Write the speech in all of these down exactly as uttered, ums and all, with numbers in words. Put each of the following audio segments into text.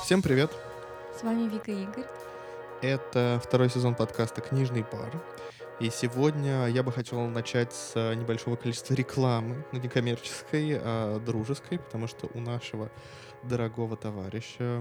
Всем привет! С вами Вика и Игорь. Это второй сезон подкаста «Книжный бар». И сегодня я бы хотел начать с небольшого количества рекламы, но не коммерческой, а дружеской, потому что у нашего дорогого товарища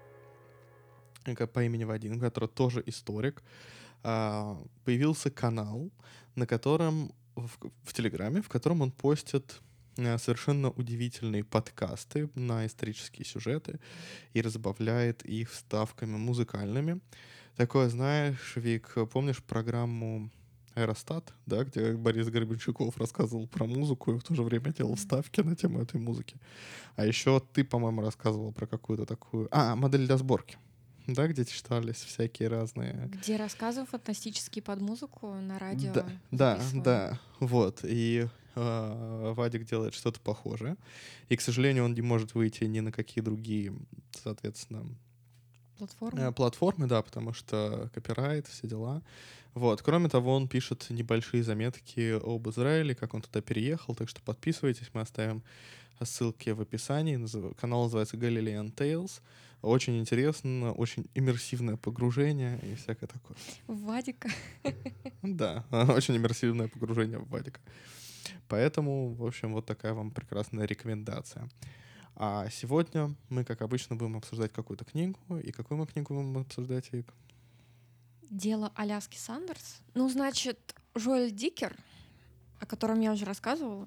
э, по имени Вадим, который тоже историк, а, появился канал, на котором в, в Телеграме, в котором он постит э, совершенно удивительные подкасты на исторические сюжеты и разбавляет их вставками музыкальными. Такое, знаешь, Вик, помнишь программу «Аэростат», да, где Борис Гребенщиков рассказывал про музыку и в то же время делал вставки на тему этой музыки. А еще ты, по-моему, рассказывал про какую-то такую... А, модель для сборки. Да, где читались всякие разные... Где рассказы фантастические под музыку на радио Да, да, записывали. да, вот. И э, Вадик делает что-то похожее. И, к сожалению, он не может выйти ни на какие другие, соответственно, Платформы. э, платформы, да, потому что копирайт, все дела. Вот. Кроме того, он пишет небольшие заметки об Израиле, как он туда переехал, так что подписывайтесь, мы оставим ссылки в описании. Назыв- Канал называется Galilean Tales. Очень интересно, очень иммерсивное погружение и всякое такое. Вадика. Да, очень иммерсивное погружение в Вадика. Поэтому, в общем, вот такая вам прекрасная рекомендация. А сегодня мы, как обычно, будем обсуждать какую-то книгу. И какую мы книгу будем обсуждать, Вик? Дело Аляски Сандерс. Ну, значит, Жоэль Дикер, о котором я уже рассказывала.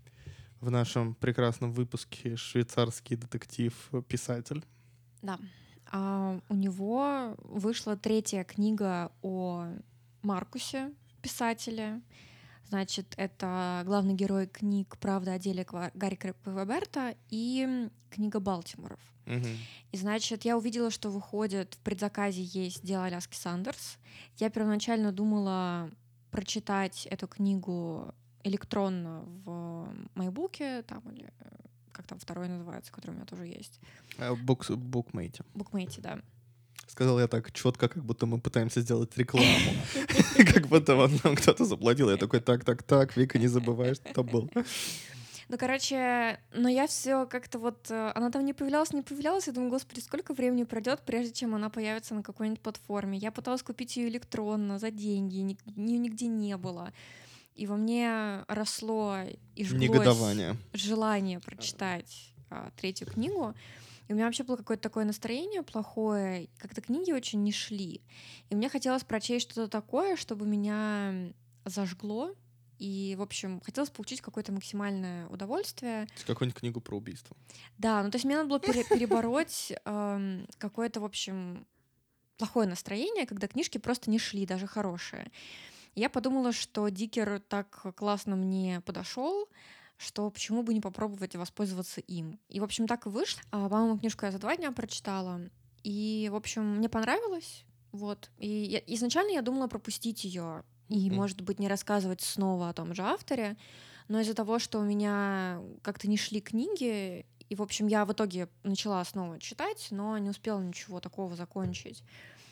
В нашем прекрасном выпуске швейцарский детектив-писатель. Да. А у него вышла третья книга о Маркусе, писателе. Значит, это главный герой книг «Правда о деле Гарри Квеберта» и книга Балтиморов. Угу. И, значит, я увидела, что выходит, в предзаказе есть «Дело Аляски Сандерс». Я первоначально думала прочитать эту книгу электронно в MyBook'е, там, или как там второй называется, который у меня тоже есть. Букс, букмейте. Букмейте, да. Сказал я так четко, как будто мы пытаемся сделать рекламу. Как будто нам кто-то заплатил. Я такой, так-так-так, Вика, не забывай, что там был. Ну, короче, но я все как-то вот... Она там не появлялась, не появлялась. Я думаю, господи, сколько времени пройдет, прежде чем она появится на какой-нибудь платформе. Я пыталась купить ее электронно, за деньги, ее нигде не было. И во мне росло и жглось Негодование. желание прочитать а, третью книгу. И у меня вообще было какое-то такое настроение плохое, как-то книги очень не шли. И мне хотелось прочесть что-то такое, чтобы меня зажгло. И, в общем, хотелось получить какое-то максимальное удовольствие. Какую-нибудь книгу про убийство. Да, ну то есть мне надо было пере- перебороть эм, какое-то, в общем, плохое настроение, когда книжки просто не шли, даже хорошие. И я подумала, что Дикер так классно мне подошел, что почему бы не попробовать воспользоваться им. И, в общем, так и вышло. А, по-моему, книжку я за два дня прочитала. И, в общем, мне понравилось. Вот. И я, изначально я думала пропустить ее и, Мгм. может быть, не рассказывать снова о том же авторе. Но из-за того, что у меня как-то не шли книги, и, в общем, я в итоге начала снова читать, но не успела ничего такого закончить,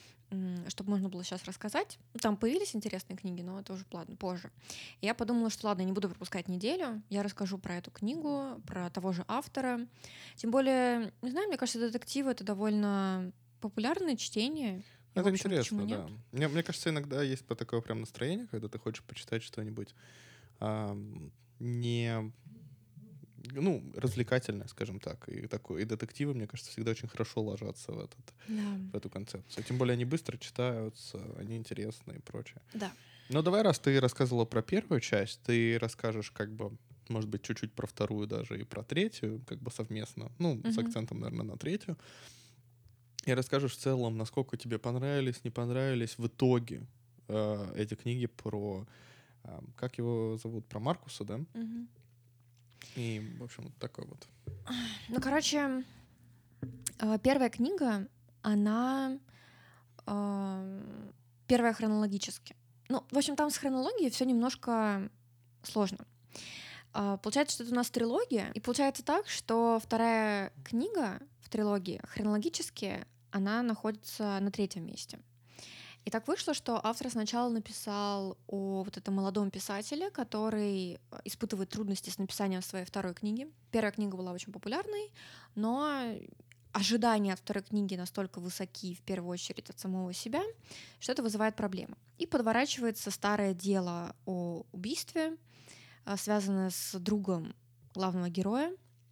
м, чтобы можно было сейчас рассказать. Там появились интересные книги, но это уже ладно, позже. И я подумала, что ладно, не буду пропускать неделю, я расскажу про эту книгу, про того же автора. Тем более, не знаю, мне кажется, детективы — это довольно популярное чтение. И, Это в общем, почему интересно, нет? да. Мне, мне кажется, иногда есть по такое прям настроение, когда ты хочешь почитать что-нибудь ам, не, ну, развлекательное, скажем так. И, такое, и детективы, мне кажется, всегда очень хорошо ложатся в, этот, Да. в эту концепцию. Тем более они быстро читаются, они интересные и прочее. Да. Ну, давай, раз ты рассказывала про первую часть, ты расскажешь как бы, может быть, чуть-чуть про вторую даже и про третью, как бы совместно. Ну, с Мгм. акцентом, наверное, на третью. И расскажешь в целом, насколько тебе понравились, не понравились в итоге э, эти книги про... э, как его зовут? Про Маркуса, да? Мгм. И, в общем, вот такой вот. Ну, короче, э, первая книга, она э, первая хронологически. Ну, в общем, там с хронологией все немножко сложно. А, Получается, что это у нас трилогия, и получается так, что вторая книга в трилогии хронологически она находится на третьем месте. И так вышло, что автор сначала написал о вот этом молодом писателе, который э, испытывает трудности с написанием своей второй книги. Первая книга была очень популярной, но ожидания от второй книги настолько высоки, в первую очередь от самого себя, что это вызывает проблемы. И подворачивается старое дело о убийстве, а, связанное с другом главного героя,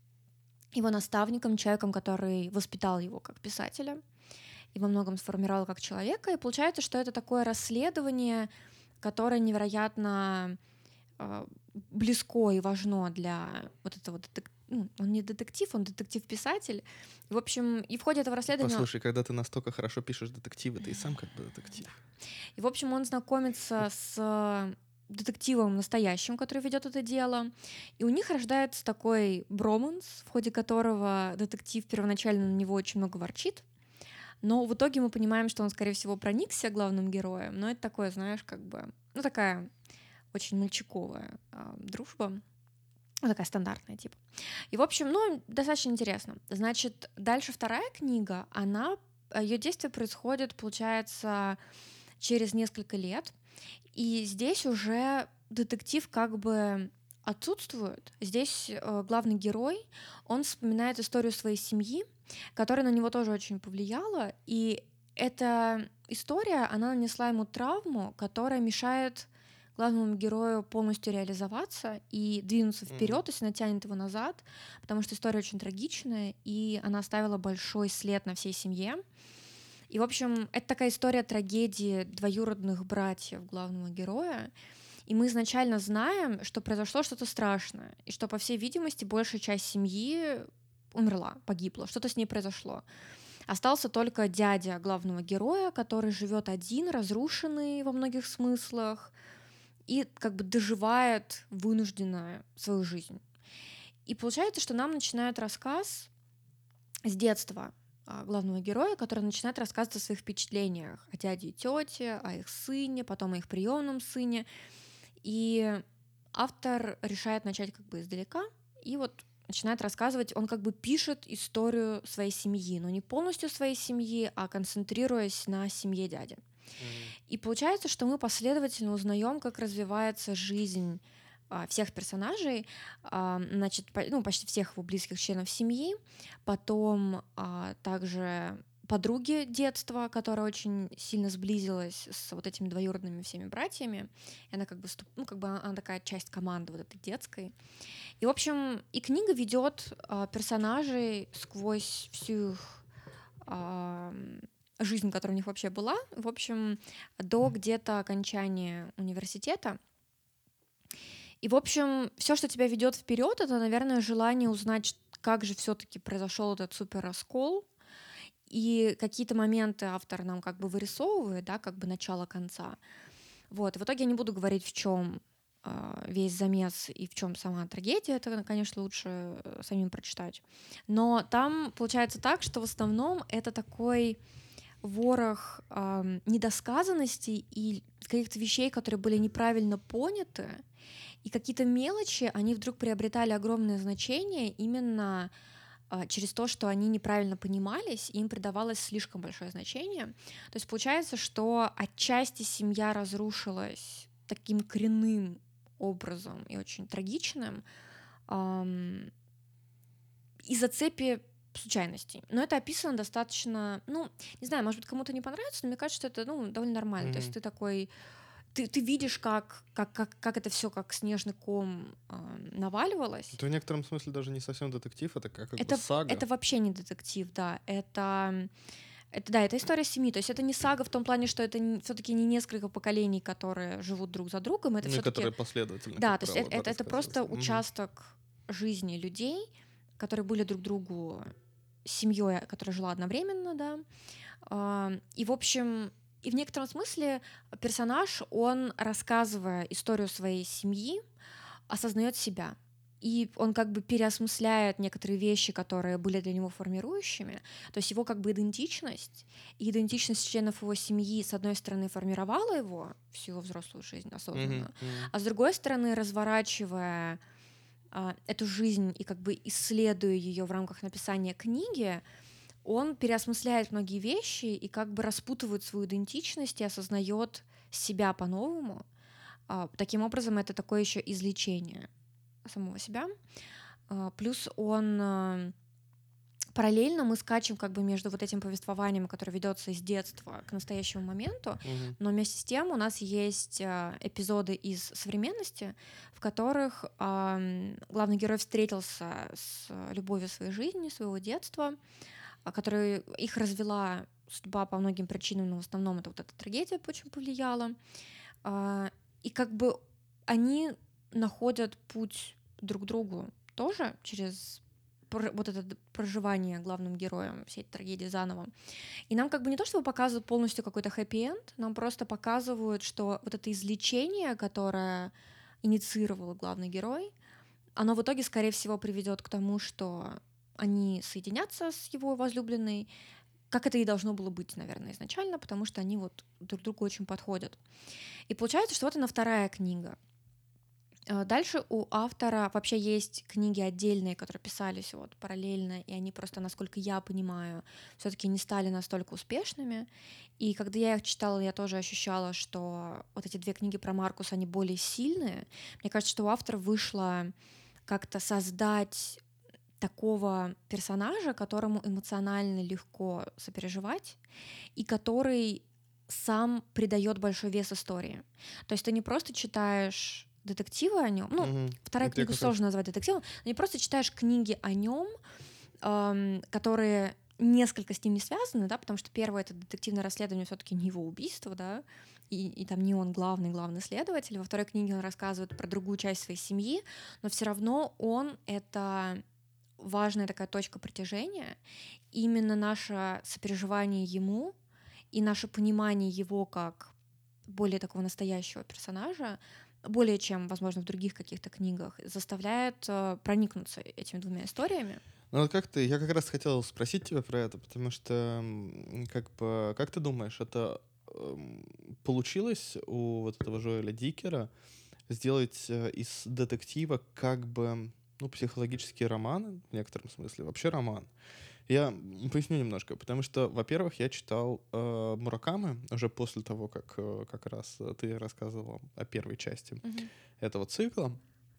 его наставником, человеком, который воспитал его как писателя и во многом сформировал как человека. И получается, что это такое расследование, которое невероятно э, близко и важно для вот этого детектива. Ну, он не детектив, он детектив-писатель. В общем, и в ходе этого расследования... Послушай, когда ты настолько хорошо пишешь детективы, ты и сам как бы детектив. И, в общем, он знакомится с детективом настоящим, который ведет это дело. И у них рождается такой броманс, в ходе которого детектив первоначально на него очень много ворчит. Но в итоге мы понимаем, что он, скорее всего, проникся главным героем. Но это такое, знаешь, как бы... Ну, такая очень мальчиковая э, дружба. Ну, такая стандартная, типа. И, в общем, ну, достаточно интересно. Значит, дальше вторая книга, она... Ее действие происходит, получается, через несколько лет. И здесь уже детектив как бы отсутствует. Здесь э, главный герой, он вспоминает историю своей семьи, которая на него тоже очень повлияла. И эта история, она нанесла ему травму, которая мешает главному герою полностью реализоваться и двинуться вперед, mm-hmm. то есть она тянет его назад, потому что история очень трагичная, и она оставила большой след на всей семье. И, в общем, это такая история трагедии двоюродных братьев главного героя. И мы изначально знаем, что произошло что-то страшное, и что, по всей видимости, большая часть семьи умерла, погибла, что-то с ней произошло. Остался только дядя главного героя, который живет один, разрушенный во многих смыслах, и как бы доживает вынужденно свою жизнь. И получается, что нам начинают рассказ с детства главного героя, который начинает рассказывать о своих впечатлениях о дяде и тете, о их сыне, потом о их приемном сыне. И автор решает начать как бы издалека и вот начинает рассказывать, он как бы пишет историю своей семьи, но не полностью своей семьи, а концентрируясь на семье дяди. Mm-hmm. И получается, что мы последовательно узнаем, как развивается жизнь а, всех персонажей, а, значит, по, ну, почти всех его близких членов семьи, потом а, также подруги детства, которая очень сильно сблизилась с вот этими двоюродными всеми братьями, и она как бы, ну, как бы она такая часть команды вот этой детской. И, в общем, и книга ведет а, персонажей сквозь всю их а, жизнь, которая у них вообще была, в общем, до где-то окончания университета. И, в общем, все, что тебя ведет вперед, это, наверное, желание узнать, как же все-таки произошел этот супер раскол. И какие-то моменты автор нам как бы вырисовывает, да, как бы начало конца. Вот. И в итоге я не буду говорить, в чем э, весь замес и в чем сама трагедия. Это, конечно, лучше самим прочитать. Но там получается так, что в основном это такой ворох э, недосказанностей и каких-то вещей, которые были неправильно поняты. И какие-то мелочи, они вдруг приобретали огромное значение именно через то, что они неправильно понимались, и им придавалось слишком большое значение. То есть получается, что отчасти семья разрушилась таким коренным образом и очень трагичным эм, из-за цепи случайностей. Но это описано достаточно, ну, не знаю, может быть, кому-то не понравится, но мне кажется, что это, ну, довольно нормально. Mm-hmm. То есть ты такой... Ты, ты видишь, как, как, как, как это все как снежный ком э, наваливалось. Это в некотором смысле даже не совсем детектив, это как, как это, бы сага. Это вообще не детектив, да. Это, это, да, это история семьи. То есть это не сага в том плане, что это все-таки не несколько поколений, которые живут друг за другом. Это ну, все-таки... которые последовательно. Да, то есть правило, это, это, это просто mm-hmm. участок жизни людей, которые были друг другу семьей, которая жила одновременно, да. И, в общем... И в некотором смысле персонаж, он, рассказывая историю своей семьи, осознает себя. И он как бы переосмысляет некоторые вещи, которые были для него формирующими. То есть его как бы идентичность и идентичность членов его семьи, с одной стороны, формировала его всю его взрослую жизнь осознанно, mm-hmm. Mm-hmm. а с другой стороны, разворачивая а, эту жизнь и как бы исследуя ее в рамках написания книги, он переосмысляет многие вещи и как бы распутывает свою идентичность и осознает себя по-новому. Таким образом, это такое еще излечение самого себя. Плюс он параллельно мы скачем как бы между вот этим повествованием, которое ведется из детства к настоящему моменту, Мгм. но вместе с тем у нас есть э, эпизоды из современности, в которых ам, главный герой встретился с любовью своей жизни, своего детства, а, которая их развела судьба по многим причинам, но в основном это вот эта трагедия очень повлияла. А, И как бы они находят путь друг к другу тоже через пр- вот это д- проживание главным героем всей этой трагедии заново. И нам как бы не то, чтобы показывают полностью какой-то хэппи-энд, нам просто показывают, что вот это излечение, которое инициировал главный герой, оно в итоге, скорее всего, приведет к тому, что они соединятся с его возлюбленной, как это и должно было быть, наверное, изначально, потому что они вот друг другу очень подходят. И получается, что вот она вторая книга. Э, Дальше у автора вообще есть книги отдельные, которые писались вот параллельно, и они просто, насколько я понимаю, все-таки не стали настолько успешными. И когда я их читала, я тоже ощущала, что вот эти две книги про Маркуса, они более сильные. Мне кажется, что у автора вышло как-то создать такого персонажа, которому эмоционально легко сопереживать, и который сам придает большой вес истории. То есть ты не просто читаешь детективы о нем, ну, Мгм. вторая Вот я книга как раз... сложно назвать детективом, но не просто читаешь книги о нем, которые несколько с ним не связаны, да, потому что первое — это детективное расследование, все-таки не его убийство, да, и, и там не он главный, главный следователь. Во второй книге он рассказывает про другую часть своей семьи, но все равно он — это важная такая точка притяжения. Именно наше сопереживание ему и наше понимание его как более такого настоящего персонажа, более чем, возможно, в других каких-то книгах, заставляет э, проникнуться этими двумя историями. Ну вот как ты, я как раз хотел спросить тебя про это, потому что, м, как бы, как ты думаешь, это эм, получилось у вот этого Жоэля Дикера сделать э, из детектива как бы, ну, психологический роман, в некотором смысле, вообще роман? Я м, поясню немножко, потому что, во-первых, я читал э, Муракамы уже после того, как э, как раз э, ты рассказывал о первой части Мгм. этого цикла.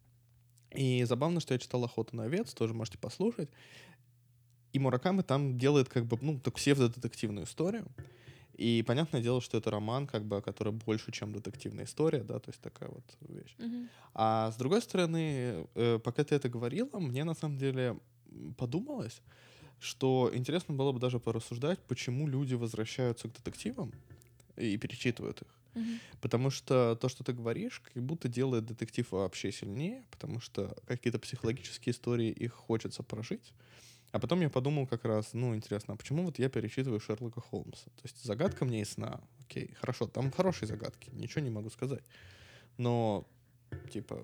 И забавно, что я читал «Охоту на овец», тоже можете послушать. И Мураками там делает как бы, ну, так псевдодетективную историю. И понятное дело, что это роман, как бы, который больше, чем детективная история, да, то есть такая вот вещь. Мгм. А с другой стороны, э, пока ты это говорила, мне на самом деле м, подумалось, что интересно было бы даже порассуждать, почему люди возвращаются к детективам и перечитывают их. Мгм. Потому что то, что ты говоришь, как будто делает детектив вообще сильнее, потому что какие-то психологические истории их хочется прожить. А потом я подумал как раз, ну, интересно, а почему вот я перечитываю Шерлока Холмса? То есть загадка мне ясна, окей, хорошо, там хорошие загадки, ничего не могу сказать. Но, типа,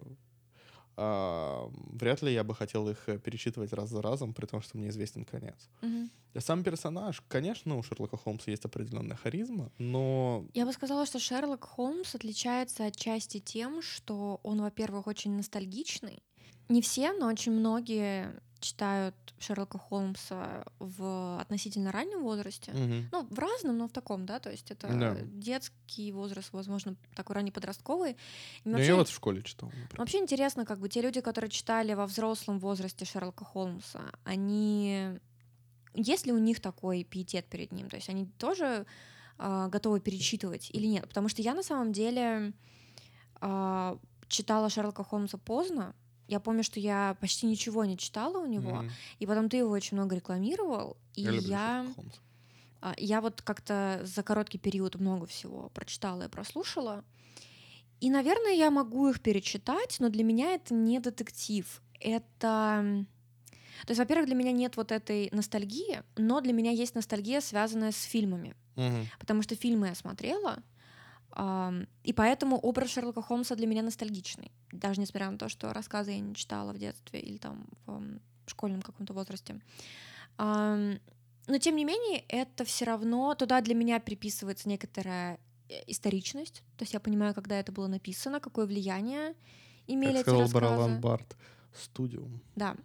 а, вряд ли я бы хотел их э, перечитывать раз за разом, при том, что мне известен конец. Мгм. А сам персонаж, конечно, у Шерлока Холмса есть определенная харизма, но... Я бы сказала, что Шерлок Холмс отличается отчасти тем, что он, во-первых, очень ностальгичный. Не все, но очень многие читают Шерлока Холмса в относительно раннем возрасте. Мгм. Ну, в разном, но в таком, да, то есть Да. это детский возраст, возможно, такой ранний подростковый. И Ну, вообще, я вот в школе читал, например. вообще интересно, как бы те люди, которые читали во взрослом возрасте Шерлока Холмса, они... Есть ли у них такой пиетет перед ним? То есть они тоже а, готовы перечитывать или нет? Потому что я на самом деле а, читала Шерлока Холмса поздно. Я помню, что я почти ничего не читала у него, Мгм. и потом ты его очень много рекламировал, и Я люблю я, Шерлока Холмса. а, я вот как-то за короткий период много всего прочитала и прослушала. И, наверное, я могу их перечитать, но для меня это не детектив. Это... м, То есть, во-первых, для меня нет вот этой ностальгии, но для меня есть ностальгия, связанная с фильмами. Мгм. Потому что фильмы я смотрела, ам, и поэтому образ Шерлока Холмса для меня ностальгичный. Даже несмотря на то, что рассказы я не читала в детстве или там в м, школьном каком-то возрасте. Ам, Но, тем не менее, это все равно... Туда для меня приписывается некоторая э, историчность. То есть я понимаю, когда это было написано, какое влияние имели Как эти сказал Баралан рассказы. Барт, студиум. Да.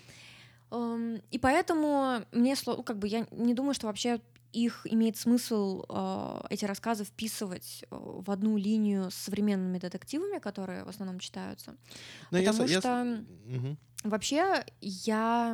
Ам, И поэтому мне сло- ну, как бы я не думаю, что вообще их имеет смысл а, эти рассказы вписывать а, в одну линию с современными детективами, которые в основном читаются. Но я, со- Потому я с- что Мгм. вообще я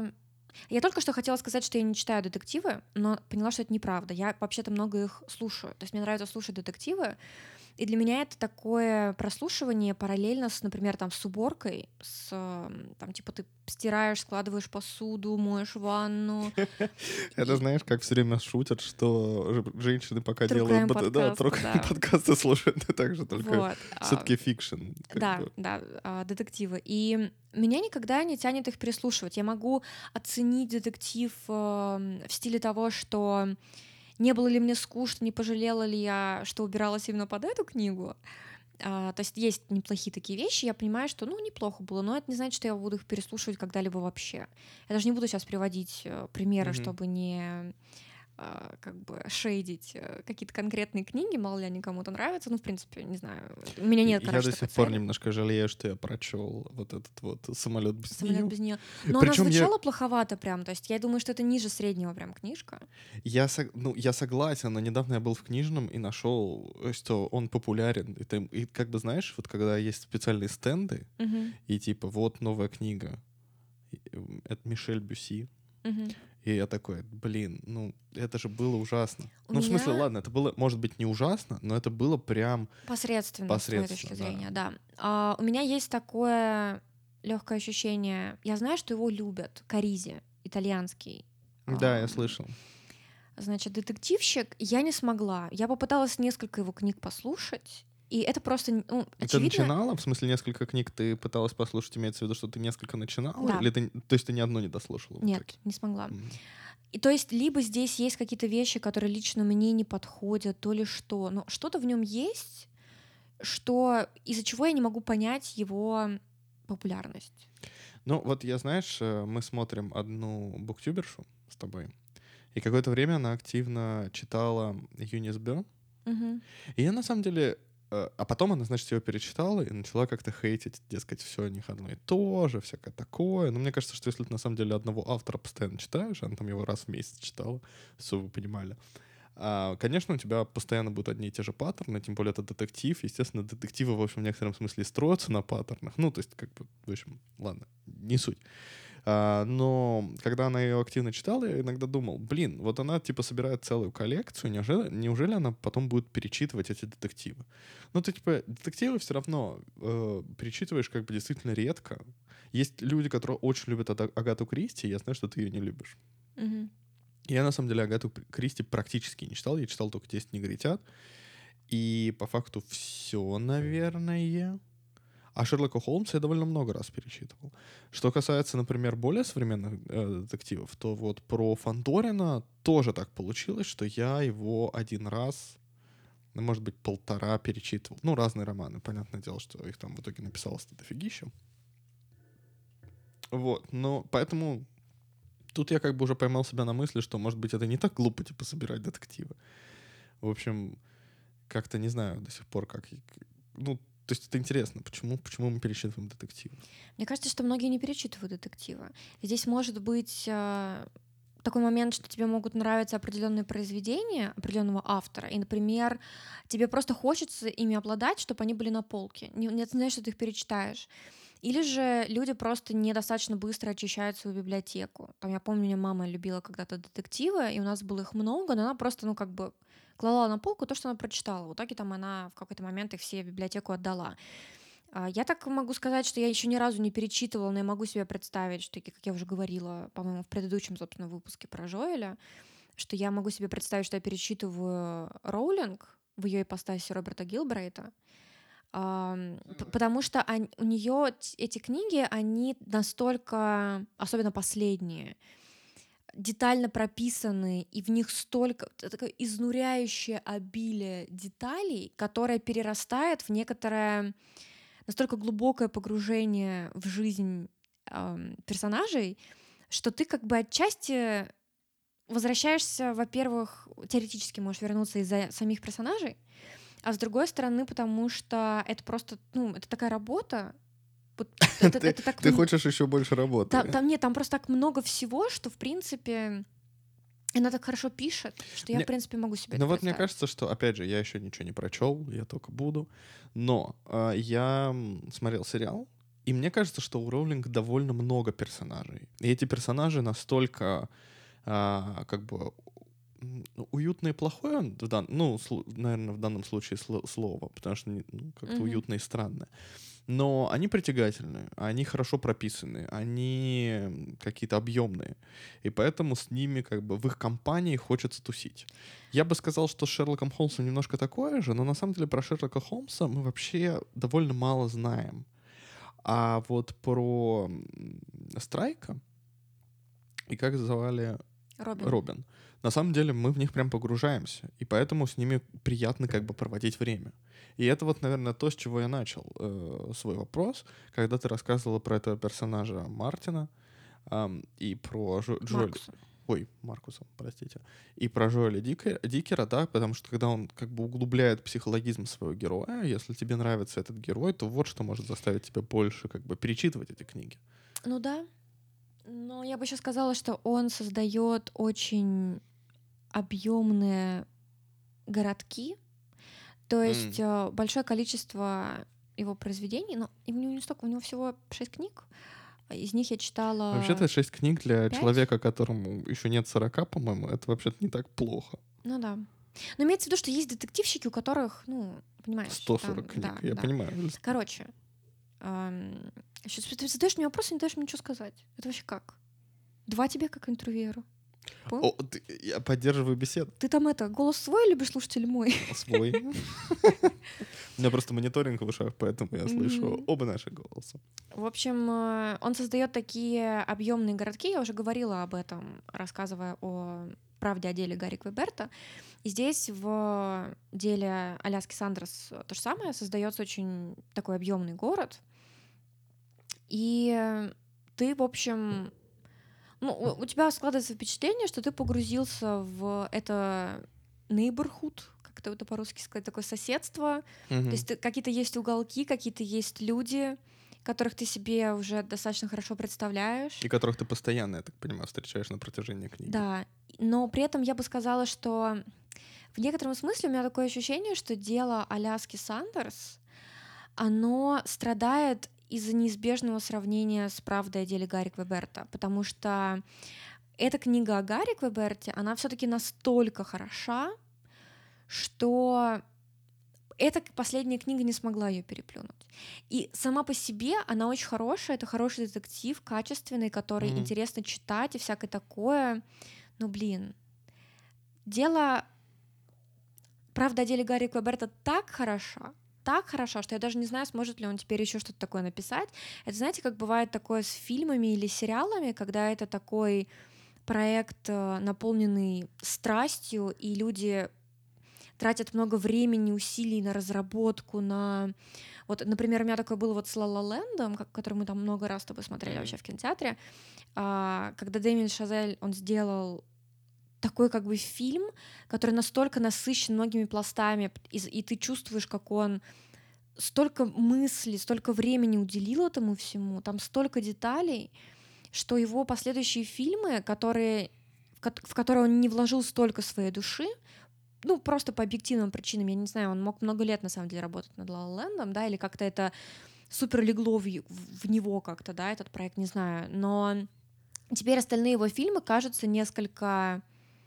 Я только что хотела сказать, что я не читаю детективы, но поняла, что это неправда. Я вообще-то много их слушаю. То есть мне нравится слушать детективы, и для меня это такое прослушивание параллельно с, например, там, с уборкой, с, м, там, типа, ты стираешь, складываешь посуду, моешь ванну. Это И знаешь, как все время шутят, что ж- женщины пока true делают crime бот- да, подкасты, тру- да. подкасты слушают, и так же, только Вот. а, все-таки фикшн. Как Да, бы. да, а, детективы. И меня никогда не тянет их переслушивать. Я могу оценить детектив эм, в стиле того, что не было ли мне скучно, не пожалела ли я, что убиралась именно под эту книгу. А, то есть есть неплохие такие вещи, я понимаю, что, ну, неплохо было, но это не значит, что я буду их переслушивать когда-либо вообще. Я даже не буду сейчас приводить э, примеры, Мгм. чтобы не а, как бы шейдить э, какие-то конкретные книги, мало ли они кому-то нравятся. Ну, в принципе, не знаю. У меня И нет, Я короче, до такой сих пор цели. немножко жалею, что я прочел вот этот вот самолет без Самолет нее. без нее. Но она Причем я, звучала плоховато прям. То есть я думаю, что это ниже среднего прям книжка. я, сог- ну, я согласен, но недавно я был в книжном и нашел, э, что он популярен. И, там- и как бы знаешь, вот когда есть специальные стенды, Мгм, и типа вот новая книга, и, м, это Мишель Бюси. мгм. И я такой, блин, ну это же было ужасно. У Ну в смысле, меня ладно, это было, может быть, не ужасно, но это было прям посредственно, с твоей точки посредственно, да. зрения, да. А, у меня есть такое легкое ощущение. Я знаю, что его любят. Каризи, итальянский. Да, я ам, слышал. Значит, детективщик. Я не смогла. Я попыталась несколько его книг послушать. И это просто, н- ну, И ты очевидно, начинала, в смысле, несколько книг ты пыталась послушать, имеется в виду, что ты несколько начинала, да, или ты, то есть ты ни одну не дослушала в итоге? нет, не смогла. Мгм. И то есть либо здесь есть какие-то вещи, которые лично мне не подходят, то ли что, но что-то в нем есть, что из-за чего я не могу понять его популярность. Ну вот я, знаешь, э, мы смотрим одну буктюбершу с тобой, и какое-то время она активно читала Юнис Бё. Мгм. И я на самом деле... э, А потом она, значит, ее перечитала и начала как-то хейтить, дескать, все у них одно и то же, всякое такое. Но мне кажется, что если ты на самом деле одного автора постоянно читаешь, она там его раз в месяц читала, чтобы вы понимали, а, конечно, у тебя постоянно будут одни и те же паттерны, тем более это детектив. Естественно, детективы, в общем, в некотором смысле строятся на паттернах. Ну, то есть, как бы, в общем, ладно, не суть. А, но когда она ее активно читала, я иногда думал, блин, вот она типа собирает целую коллекцию, неужели, неужели она потом будет перечитывать эти детективы? Ну, ты типа детективы все равно э, перечитываешь как бы действительно редко. Есть люди, которые очень любят Ада- Агату Кристи, я знаю, что ты ее не любишь. Мгм. Я на самом деле Агату Пр- Кристи практически не читал, я читал только «десять негритят», и по факту все, наверное. А Шерлока Холмса я довольно много раз перечитывал. Что касается, например, более современных э, детективов, то вот про Фандорина тоже так получилось, что я его один раз, ну, может быть, полтора перечитывал. Ну, разные романы. Понятное дело, что их там в итоге написалось-то дофигища. Вот. Но поэтому тут я как бы уже поймал себя на мысли, что, может быть, это не так глупо, типа, собирать детективы. В общем, как-то не знаю до сих пор, как... и- Ну, то есть это интересно, почему, почему мы перечитываем детективы. Мне кажется, что многие не перечитывают детективы. Здесь может быть э, такой момент, что тебе могут нравиться определенные произведения определенного автора, и, например, тебе просто хочется ими обладать, чтобы они были на полке. Не, не знаешь, что ты их перечитаешь. Или же люди просто недостаточно быстро очищают свою библиотеку. Там, я помню, у меня мама любила когда-то детективы, и у нас было их много, но она просто, ну, как бы клала на полку то, что она прочитала. В итоге там она в какой-то момент их все в библиотеку отдала. А, Я так могу сказать, что я еще ни разу не перечитывала, но я могу себе представить, что, как я уже говорила, по-моему, в предыдущем, собственно, выпуске про Жоэля, что я могу себе представить, что я перечитываю Роулинг в ее ипостаси Роберта Гилбрейта, ам, п- потому что он- у нее эти книги, они настолько, особенно последние, детально прописаны, и в них столько т- такое изнуряющее обилие деталей, которое перерастает в некоторое настолько глубокое погружение в жизнь ам, персонажей, что ты как бы отчасти возвращаешься, во-первых, теоретически можешь вернуться из-за самих персонажей, а с другой стороны, потому что это просто, ну, это такая работа, вот это, Ты, это так, ты м- хочешь еще больше там, работы. там нет, там просто так много всего, что, в принципе, она так хорошо пишет, что я, в Мне, принципе, могу себе ну это вот мне представить. кажется, что, опять же, я еще ничего не прочел, я только буду. Но э, я м, смотрел сериал, И мне кажется, что у Роулинг довольно много персонажей. И эти персонажи настолько а, как бы м, ну, уютно и плохое, в дан- ну, слу- наверное, в данном случае сло- слово, потому что не- ну, как-то Мгм. уютно и странно. Но они притягательные, они хорошо прописаны, они м, какие-то объемные. И поэтому с ними, как бы, в их компании хочется тусить. Я бы сказал, что с Шерлоком Холмсом немножко такое же, но на самом деле про Шерлока Холмса мы вообще довольно мало знаем. А вот про м, Страйка и как звали Робин. Робин, на самом деле мы в них прям погружаемся, и поэтому с ними приятно как бы проводить время. И это вот, наверное, то, с чего я начал э, свой вопрос, когда ты рассказывала про этого персонажа Мартина ам, и про Жо- Джоэля. Маркуса. Ой, Маркуса, простите. И про Жоэля Дикера, Дикера, да, потому что когда он как бы углубляет психологизм своего героя, если тебе нравится этот герой, то вот что может заставить тебя больше как бы перечитывать эти книги. Ну да. Но я бы еще сказала, что он создает очень объемные городки, то есть М. э, большое количество его произведений, но и у него не столько, у него всего шесть книг, из них я читала Вообще-то шесть книг для пять. человека, которому еще нет сорока, по-моему, это вообще-то не так плохо. Ну да. Но имеется в виду, что есть детективщики, у которых, ну, понимаешь, сто там, сорок книг, да, я да. понимаю. Короче, эм, щас ты задаешь мне вопрос и не даешь мне ничего сказать. Это вообще как? Два тебе как интервьюеру. Понял? О, ты- я поддерживаю беседу. Ты там это, голос свой любишь слушать или мой? Свой. У меня просто мониторинг в ушах, поэтому я слышу Мгм. оба наших голоса. В общем, э, он создает такие объемные городки. Я уже говорила об этом, рассказывая о правде о деле Гарри Квеберта. И здесь в деле Аляски Сандерс то же самое. Создается очень такой объемный город. И ты, в общем, ну, у у тебя складывается впечатление, что ты погрузился в это neighborhood, как это, это по-русски сказать, такое соседство. То Мгм. есть ты- какие-то есть уголки, какие-то есть люди, которых ты себе уже достаточно хорошо представляешь. И которых ты постоянно, я так понимаю, встречаешь на протяжении книги. Да, но при этом я бы сказала, что в некотором смысле у меня такое ощущение, что дело Аляски Сандерс, оно страдает из-за неизбежного сравнения с правдой о деле Гарри Квеберта, потому что эта книга о Гарри Квеберте, она все-таки настолько хороша, что эта последняя книга не смогла ее переплюнуть. И сама по себе она очень хорошая, это хороший детектив, качественный, который Мгм. интересно читать и всякое такое. Но, блин, дело правда о деле Гарри Квеберта так хороша, так хороша, что я даже не знаю, сможет ли он теперь еще что-то такое написать. Это, знаете, как бывает такое с фильмами или сериалами, когда это такой проект, э, наполненный страстью, и люди тратят много времени, усилий на разработку, на... Вот, например, у меня такое было вот с «Ла Ла Лэндом», ка- который мы там много раз с тобой смотрели Мгм. вообще в кинотеатре, а, когда Дэмиен Шазель, он сделал такой как бы фильм, который настолько насыщен многими пластами, и, и ты чувствуешь, как он столько мыслей, столько времени уделил этому всему, там столько деталей, что его последующие фильмы, которые, в, ко- в которые он не вложил столько своей души, ну, просто по объективным причинам, я не знаю, он мог много лет, на самом деле, работать над «Ла Ла Лэндом», да, или как-то это супер легло в, е- в него как-то, да, этот проект, не знаю, но теперь остальные его фильмы кажутся несколько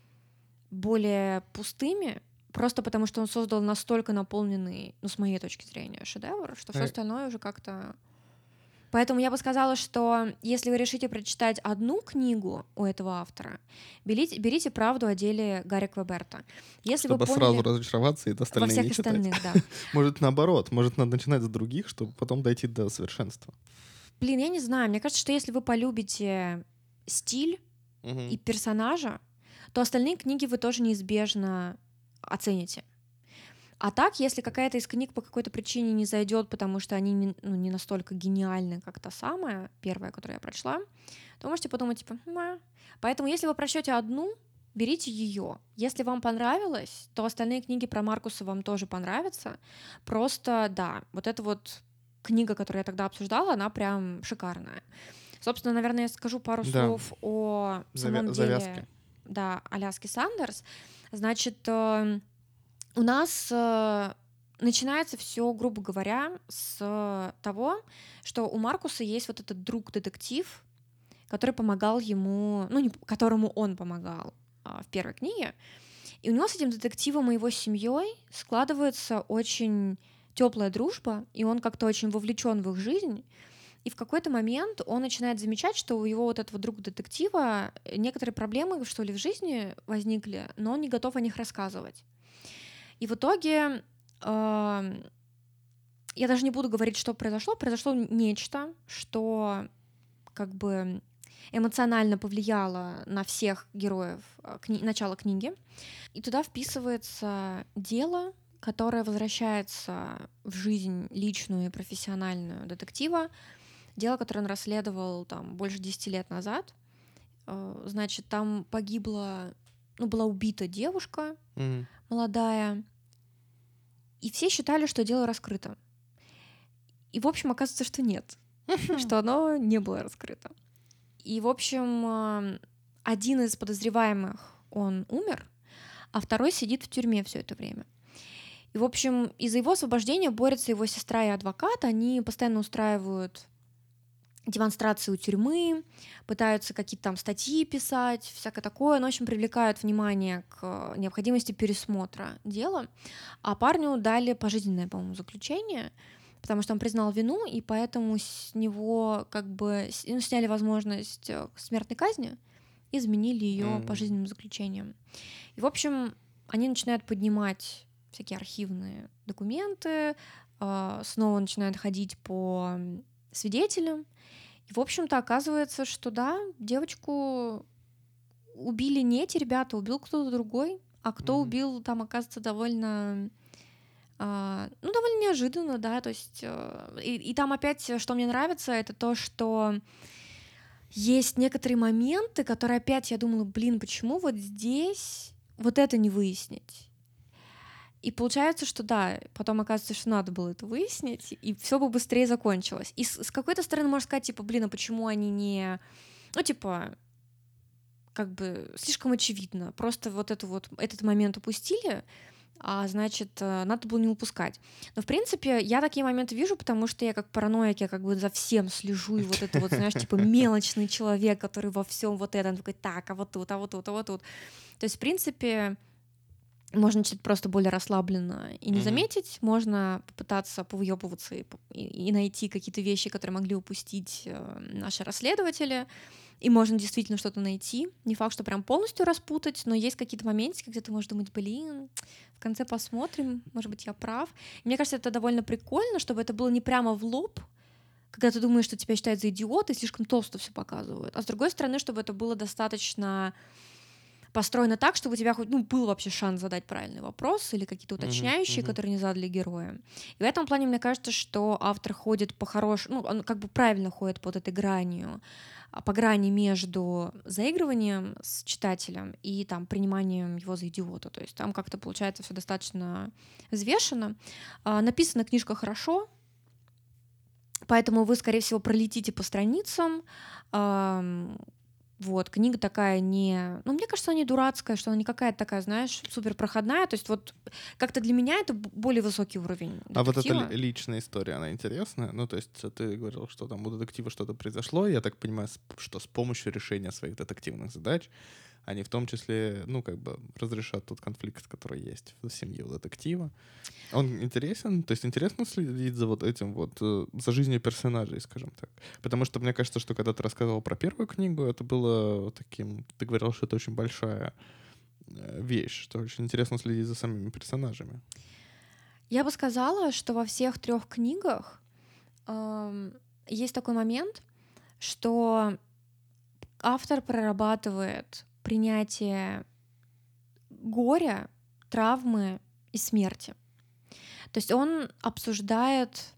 более пустыми, просто потому что он создал настолько наполненный, ну, с моей точки зрения, шедевр, что все Э, остальное уже как-то... Поэтому я бы сказала, что если вы решите прочитать одну книгу у этого автора, берите, берите «Правду о деле Гарри Квеберта». Если вы Чтобы сразу поняли... разочароваться и Во остальные всех не читать. остальных, да. Может, наоборот. Может, надо начинать с других, чтобы потом дойти до совершенства. Блин, я не знаю, мне кажется, что если вы полюбите стиль и Мгм. персонажа, то остальные книги вы тоже неизбежно оцените. А так, если какая-то из книг по какой-то причине не зайдет, потому что они не, ну, не настолько гениальны, как та самая, первая, которую я прочла, то можете подумать, типа, «Ма». Поэтому, если вы прочтете одну, берите ее. Если вам понравилось, то остальные книги про Маркуса вам тоже понравятся. Просто, да, вот эта вот книга, которую я тогда обсуждала, она прям шикарная. Собственно, наверное, я скажу пару Да. слов о Завя- самом завязки. деле, да, Аляски Сандерс. Значит, э, у нас, э, начинается все, грубо говоря, с того, что у Маркуса есть вот этот друг-детектив, который помогал ему, ну, не, которому он помогал а, в первой книге. И у него с этим детективом и его семьей складывается очень теплая дружба, и он как-то очень вовлечен в их жизнь. И в какой-то момент он начинает замечать, что у его вот этого друга-детектива некоторые проблемы, что ли, в жизни возникли, но он не готов о них рассказывать. И в итоге э, я даже не буду говорить, что произошло. Произошло нечто, что как бы эмоционально повлияло на всех героев кни- начала книги. И туда вписывается дело, которое возвращается в жизнь личную и профессиональную детектива. Дело, которое он расследовал там больше десяти лет назад. Значит, там погибла, ну, была убита девушка mm. молодая, и все считали, что дело раскрыто. И, в общем, оказывается, что нет, что оно не было раскрыто. И, в общем, один из подозреваемых, он умер, а второй сидит в тюрьме все это время. И, в общем, из-за его освобождения борются его сестра и адвокат. Они постоянно устраивают демонстрации у тюрьмы, пытаются какие-то там статьи писать, всякое такое. Но, в общем, привлекают внимание к необходимости пересмотра дела. А парню дали пожизненное, по-моему, заключение, потому что он признал вину, и поэтому с него как бы ну, сняли возможность смертной казни и заменили ее mm. пожизненным заключением. И, в общем, они начинают поднимать всякие архивные документы, снова начинают ходить по свидетелям. И, в общем-то, оказывается, что да, девочку убили не эти ребята, убил кто-то другой, а кто mm-hmm. убил, там, оказывается, довольно... Ну, довольно неожиданно, да, то есть, и, и там опять, что мне нравится, это то, что есть некоторые моменты, которые опять я думала, блин, почему вот здесь вот это не выяснить? И получается, что да, потом оказывается, что надо было это выяснить, и все бы быстрее закончилось. И с, с какой-то стороны можно сказать, типа, блин, а почему они не, ну, типа, как бы слишком очевидно, просто вот, это вот этот момент упустили, а значит, надо было не упускать. Но, в принципе, я такие моменты вижу, потому что я как параноик, я как бы за всем слежу, и вот это вот, знаешь, типа мелочный человек, который во всем вот этом такой, так, а вот тут, а вот тут, а вот тут. То есть, в принципе, можно читать просто более расслабленно и не mm-hmm. заметить, можно попытаться повыебываться и, и, и найти какие-то вещи, которые могли упустить э, наши расследователи, и можно действительно что-то найти. Не факт, что прям полностью распутать, но есть какие-то моменты, когда ты можешь думать, блин, в конце посмотрим, может быть, я прав. И мне кажется, это довольно прикольно, чтобы это было не прямо в лоб, когда ты думаешь, что тебя считают за идиота и слишком толсто все показывают. А с другой стороны, чтобы это было достаточно построено так, чтобы у тебя хоть ну, был вообще шанс задать правильный вопрос или какие-то уточняющие, uh-huh, uh-huh. которые не задали герои. И в этом плане мне кажется, что автор ходит по хорошему, ну, он как бы правильно ходит под этой гранью, по грани между заигрыванием с читателем и там приниманием его за идиота. То есть там как-то получается все достаточно взвешенно. А, написана книжка хорошо, поэтому вы, скорее всего, пролетите по страницам. А, Вот, книга такая не... Ну, мне кажется, она не дурацкая, что она не какая-то такая, знаешь, супер проходная. То есть вот как-то для меня это более высокий уровень детектива. А вот эта личная история, она интересная? Ну, то есть ты говорил, что там у детектива что-то произошло. Я так понимаю, что с помощью решения своих детективных задач они в том числе, ну, как бы разрешат тот конфликт, который есть в семье у детектива. Он интересен? То есть интересно следить за вот этим вот, за жизнью персонажей, скажем так? Потому что мне кажется, что когда ты рассказывал про первую книгу, это было таким... Ты говорил, что это очень большая вещь, что очень интересно следить за самими персонажами. Я бы сказала, что во всех трех книгах э, есть такой момент, что автор прорабатывает принятие горя, травмы и смерти. То есть он обсуждает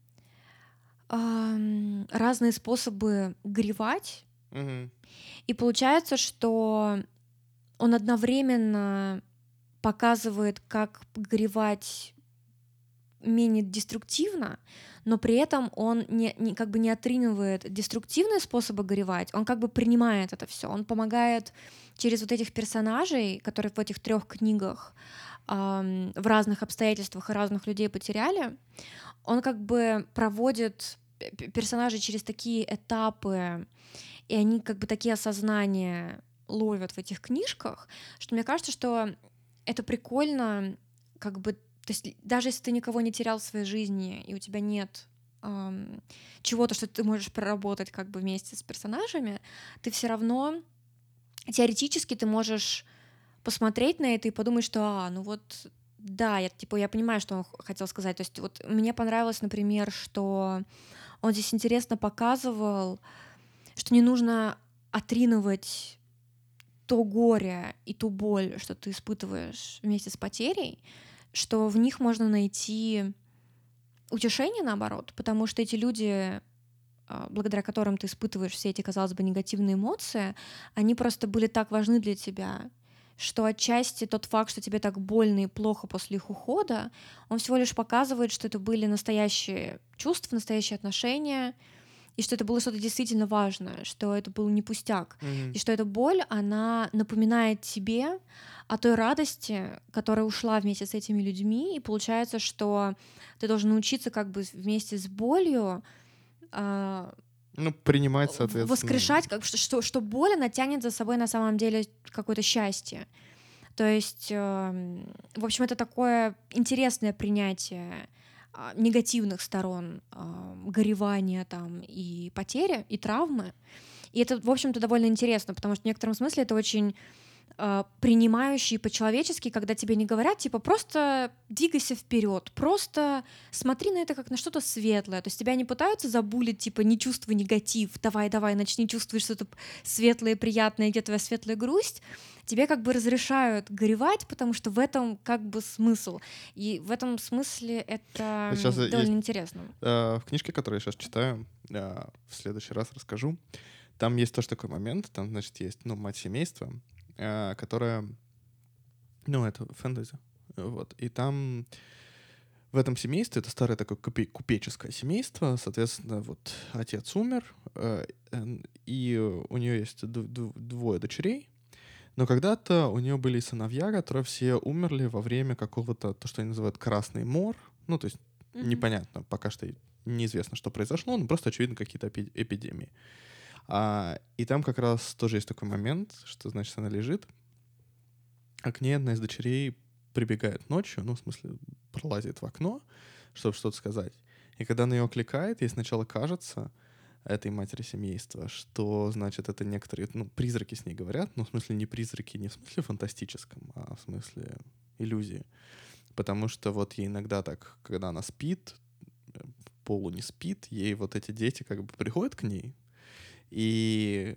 э, разные способы горевать, угу. и получается, что он одновременно показывает, как горевать менее деструктивно, но при этом он не, не, как бы не отринывает деструктивные способы горевать, он как бы принимает это все, он помогает через вот этих персонажей, которые в этих трех книгах эм, в разных обстоятельствах и разных людей потеряли, он как бы проводит персонажей через такие этапы, и они как бы такие осознания ловят в этих книжках, что мне кажется, что это прикольно, как бы, то есть даже если ты никого не терял в своей жизни, и у тебя нет эм, чего-то, что ты можешь проработать как бы вместе с персонажами, ты все равно теоретически ты можешь посмотреть на это и подумать, что, а, ну вот, да, я, типа, я понимаю, что он хотел сказать. То есть вот мне понравилось, например, что он здесь интересно показывал, что не нужно отринывать то горе и ту боль, что ты испытываешь вместе с потерей, что в них можно найти утешение, наоборот, потому что эти люди, благодаря которым ты испытываешь все эти, казалось бы, негативные эмоции, они просто были так важны для тебя, что отчасти тот факт, что тебе так больно и плохо после их ухода, он всего лишь показывает, что это были настоящие чувства, настоящие отношения, и что это было что-то действительно важное, что это был не пустяк, Mm-hmm. и что эта боль, она напоминает тебе о той радости, которая ушла вместе с этими людьми, и получается, что ты должен научиться как бы вместе с болью э, ну, принимать, соответственно. Воскрешать, как, что, что боль, она тянет за собой на самом деле какое-то счастье. То есть, э, в общем, это такое интересное принятие негативных сторон э, горевания там, и потери, и травмы. И это, в общем-то, довольно интересно, потому что в некотором смысле это очень э, принимающий по-человечески, когда тебе не говорят, типа, просто двигайся вперед, просто смотри на это как на что-то светлое. То есть тебя не пытаются забулить, типа, не чувствуй негатив, давай-давай, начни чувствовать что-то светлое, приятное, где твоя светлая грусть. Тебе как бы разрешают горевать, потому что в этом как бы смысл. И в этом смысле это сейчас довольно есть, интересно. Э, в книжке, которую я сейчас читаю, э, в следующий раз расскажу, там есть тоже такой момент, там, значит, есть, ну, мать семейства, э, которая, ну, это фэнтези, вот, и там в этом семействе, это старое такое купе- купеческое семейство, соответственно, вот отец умер, э, и у нее есть д- д- двое дочерей, но когда-то у нее были сыновья, которые все умерли во время какого-то, то, что они называют Красный мор. Ну, то есть mm-hmm. непонятно, пока что неизвестно, что произошло, но просто, очевидно, какие-то эпи- эпидемии. А, и там как раз тоже есть такой момент, что, значит, она лежит, а к ней одна из дочерей прибегает ночью, ну, в смысле, пролазит в окно, чтобы что-то сказать. И когда она ее окликает, ей сначала кажется, этой матери семейства, что, значит, это некоторые, ну, призраки с ней говорят, ну, в смысле не призраки, не в смысле фантастическом, а в смысле иллюзии. Потому что вот ей иногда так, когда она спит, полу не спит, ей вот эти дети как бы приходят к ней, и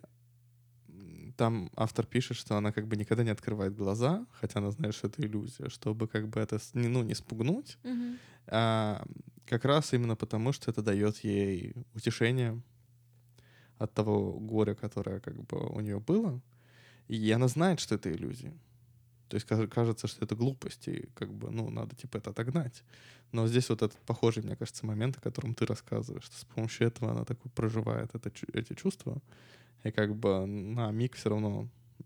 там автор пишет, что она как бы никогда не открывает глаза, хотя она знает, что это иллюзия, чтобы как бы это, ну, не спугнуть, mm-hmm. а как раз именно потому, что это дает ей утешение от того горя, которое как бы у нее было, и она знает, что это иллюзия. То есть кажется, что это глупость, и как бы, ну, надо типа это отогнать. Но здесь вот этот похожий, мне кажется, момент, о котором ты рассказываешь, что с помощью этого она такой проживает это, эти чувства, и как бы на миг все равно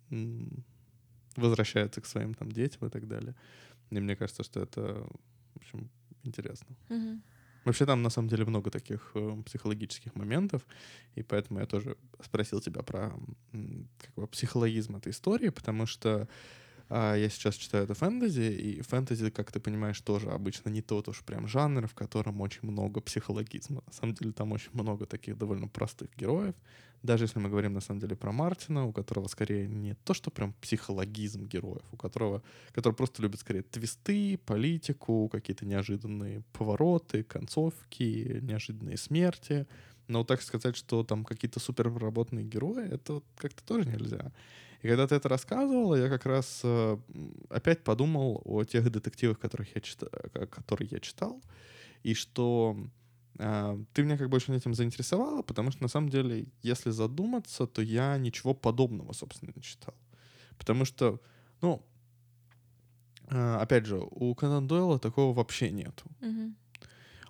возвращается к своим там детям и так далее. И мне кажется, что это, в общем, интересно. Mm-hmm. Вообще там, на самом деле, много таких э, психологических моментов, и поэтому я тоже спросил тебя про как бы, психологизм этой истории, потому что э, я сейчас читаю это фэнтези, и фэнтези, как ты понимаешь, тоже обычно не тот уж прям жанр, в котором очень много психологизма. На самом деле там очень много таких довольно простых героев. Даже если мы говорим, на самом деле, про Мартина, у которого скорее не то, что прям психологизм героев, у которого, который просто любит скорее твисты, политику, какие-то неожиданные повороты, концовки, неожиданные смерти. Но так сказать, что там какие-то супер проработанные герои, это как-то тоже нельзя. И когда ты это рассказывал, я как раз э, опять подумал о тех детективах, которых я читал, которые я читал, и что э, ты меня как бы очень этим заинтересовала, потому что на самом деле, если задуматься, то я ничего подобного, собственно, не читал. Потому что, ну, э, опять же, у Конан Дойла такого вообще нету. Mm-hmm.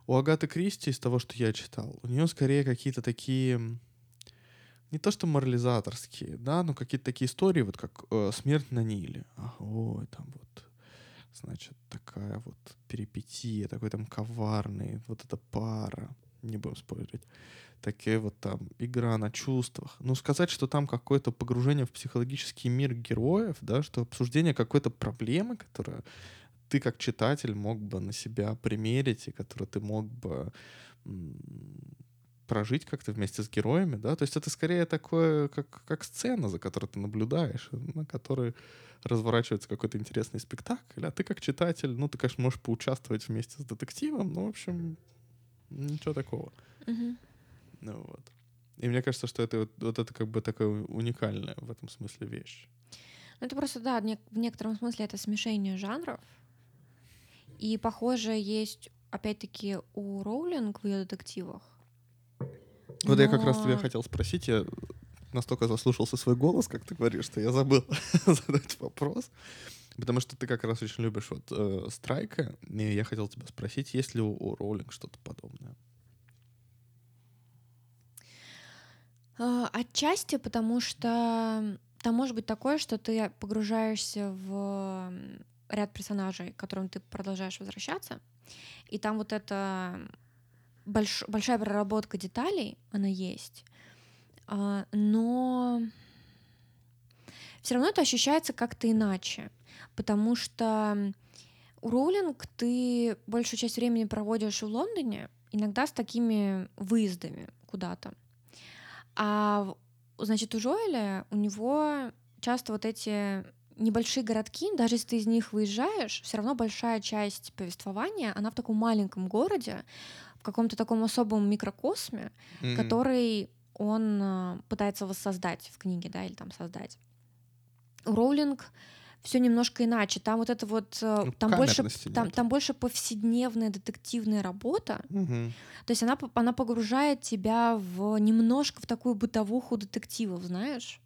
У Агаты Кристи, из того, что я читал, у нее скорее какие-то такие, не то что морализаторские, да, но какие-то такие истории, вот как э, «Смерть на Ниле». А, ой, там вот, значит, такая вот перипетия, такой там коварный, вот эта пара, не будем спорить. Такие вот там игра на чувствах. Ну, сказать, что там какое-то погружение в психологический мир героев, да, что обсуждение какой-то проблемы, которая ты как читатель мог бы на себя примерить, и которую ты мог бы м, прожить как-то вместе с героями, да, то есть это скорее такое, как, как сцена, за которой ты наблюдаешь, на которой разворачивается какой-то интересный спектакль, а ты как читатель, ну, ты, конечно, можешь поучаствовать вместе с детективом, но, в общем, ничего такого. Мгм. Ну вот. И мне кажется, что это вот, вот это как бы такая уникальная в этом смысле вещь. Ну, это просто, да, не- в некотором смысле это смешение жанров. И, похоже, есть, опять-таки, у Роулинг в ее детективах. Вот я как раз тебя Но хотел спросить, я настолько заслушался свой голос, как ты говоришь, что я забыл задать вопрос. Потому что ты как раз очень любишь вот э, Страйка, и я хотел тебя спросить, есть ли у, у Роулинг что-то подобное? э, отчасти, потому что там может быть такое, что ты погружаешься в м, ряд персонажей, к которым ты продолжаешь возвращаться, и там вот эта больш- большая проработка деталей, она есть. А, но все равно это ощущается как-то иначе, потому что у Роулинг ты большую часть времени проводишь в Лондоне, иногда с такими выездами куда-то. А, в- значит, у Жоэля, у него часто вот эти небольшие городки, даже если ты из них выезжаешь, все равно большая часть повествования, она в таком маленьком городе, в каком-то таком особом микрокосме, Мгм. который он а, пытается воссоздать в книге, да, или там создать. У Роулинг все немножко иначе. Там вот это вот, э, Ну, там больше, камерности там, нет. там больше повседневная детективная работа. Мгм. То есть она, п- она погружает тебя в немножко в такую бытовуху детективов, знаешь.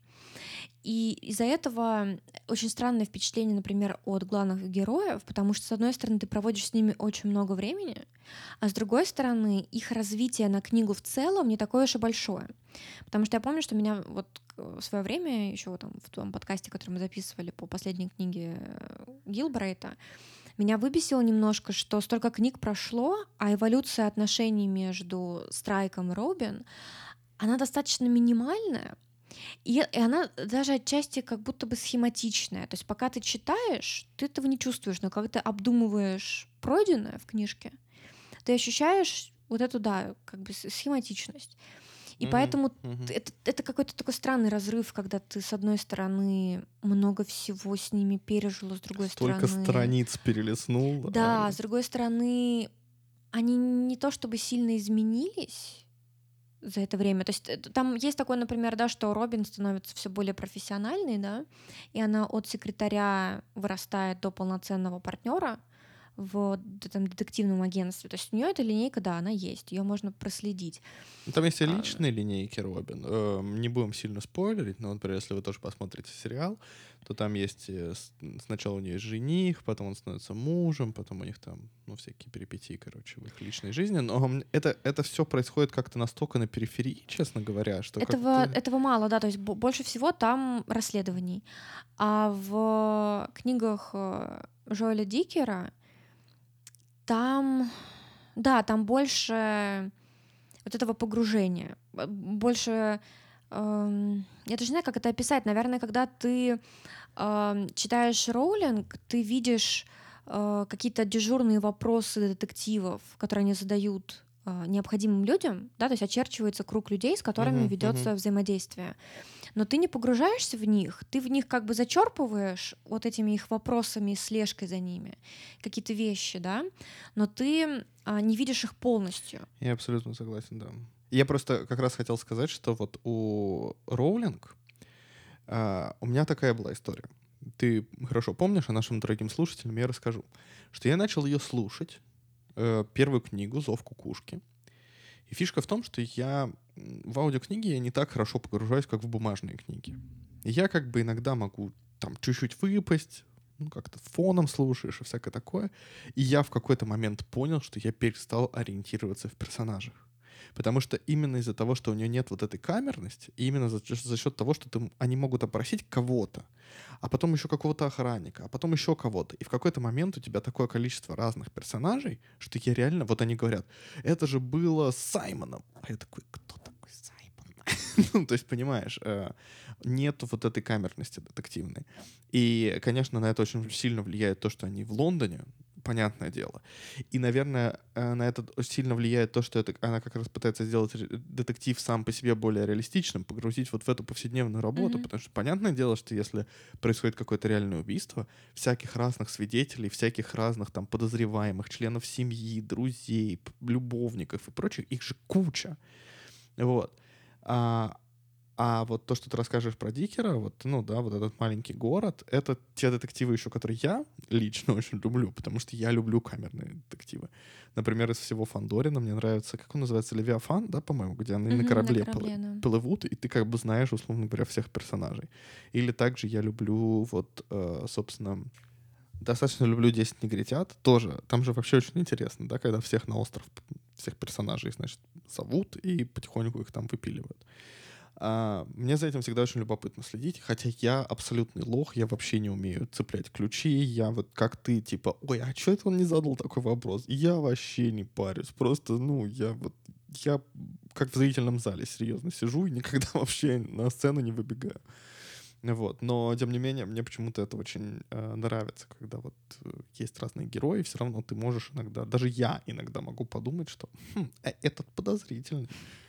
И из-за этого очень странное впечатление, например, от главных героев, потому что, с одной стороны, ты проводишь с ними очень много времени, а с другой стороны, их развитие на книгу в целом не такое уж и большое. Потому что я помню, что меня вот к- в свое время, еще там в том подкасте, который мы записывали по последней книге э, Гилбрейта, меня выбесило немножко, что столько книг прошло, а эволюция отношений между Страйком и Робин, она достаточно минимальная, и, и она даже отчасти как будто бы схематичная. То есть пока ты читаешь, ты этого не чувствуешь, но когда ты обдумываешь пройденное в книжке, ты ощущаешь вот эту, да, как бы с- схематичность. И Мгм. поэтому Мгм. т- это, это какой-то такой странный разрыв, когда ты, с одной стороны, много всего с ними пережила, с другой Столько стороны... страниц перелистнул. а, Да, с другой стороны, они не то чтобы сильно изменились за это время. То есть э, там есть такое, например, да, что Робин становится все более профессиональной, да, и она от секретаря вырастает до полноценного партнера в д- этом детективном агентстве. То есть у нее эта линейка, да, она есть, ее можно проследить. Ну, там есть и А, личные линейки Робин. Эм, Не будем сильно спойлерить, но, например, если вы тоже посмотрите сериал, то там есть э, с- сначала у нее есть жених, потом он становится мужем, потом у них там, ну, всякие перипетии, короче, в их личной жизни. Но м, это, это все происходит как-то настолько на периферии, честно говоря, что Этого, как-то... этого мало, да, то есть бо- больше всего там расследований. А в книгах э, Жоэля Дикера там, да, там больше вот этого погружения, б- больше, эм, я даже не знаю, как это описать. Наверное, когда ты эм, читаешь Роулинг, ты видишь э, какие-то дежурные вопросы детективов, которые они задают э, необходимым людям, да, то есть очерчивается круг людей, с которыми Мгм, мгм. ведется взаимодействие. Но ты не погружаешься в них, ты в них как бы зачерпываешь вот этими их вопросами и слежкой за ними какие-то вещи, да, но ты а, не видишь их полностью. Я абсолютно согласен, да. Я просто как раз хотел сказать, что вот у Роулинг а, у меня такая была история. Ты хорошо помнишь, а нашим дорогим слушателям я расскажу, что я начал ее слушать, э, первую книгу «Зов кукушки». И фишка в том, что я м, в аудиокниги я не так хорошо погружаюсь, как в бумажные книги. И я как бы иногда могу там чуть-чуть выпасть, ну, как-то фоном слушаешь и всякое такое. И я в какой-то момент понял, что я перестал ориентироваться в персонажах. Потому что именно из-за того, что у нее нет вот этой камерности, и именно за, за счет того, что ты, они могут опросить кого-то, а потом еще какого-то охранника, а потом еще кого-то. И в какой-то момент у тебя такое количество разных персонажей, что я реально, вот они говорят, это же было с Саймоном. А я такой, кто такой Саймон? Ну, то есть, понимаешь, э, нету вот этой камерности детективной. И, конечно, на это очень сильно влияет то, что они в Лондоне, понятное дело. И, наверное, э, на это очень сильно влияет то, что это, она как раз пытается сделать ре- детектив сам по себе более реалистичным, погрузить вот в эту повседневную работу, Мгм. потому что понятное дело, что если происходит какое-то реальное убийство, всяких разных свидетелей, всяких разных там подозреваемых, членов семьи, друзей, п- любовников и прочих, их же куча. Вот. А, а вот то, что ты расскажешь про Дикера, вот, ну да, вот этот маленький город, это те детективы еще, которые я лично очень люблю, потому что я люблю камерные детективы. Например, из всего Фандорина мне нравится, как он называется, Левиафан, да, по-моему, где они на Мгм, на корабле корабле, плы- да. плывут, и ты как бы знаешь, условно говоря, всех персонажей. Или также я люблю вот, э, собственно, достаточно люблю десять негритят, тоже. Там же вообще очень интересно, да, когда всех на остров, всех персонажей, значит, зовут и потихоньку их там выпиливают. А, мне за этим всегда очень любопытно следить, хотя я абсолютный лох, я вообще не умею цеплять ключи, я вот как ты, типа, ой, а что это он не задал такой вопрос? Я вообще не парюсь, просто, ну, я вот, я как в зрительном зале серьезно сижу и никогда вообще на сцену не выбегаю. Вот. Но, тем не менее, мне почему-то это очень э, нравится, когда вот э, есть разные герои, все равно ты можешь иногда, даже я иногда могу подумать, что хм, э, этот подозрительный.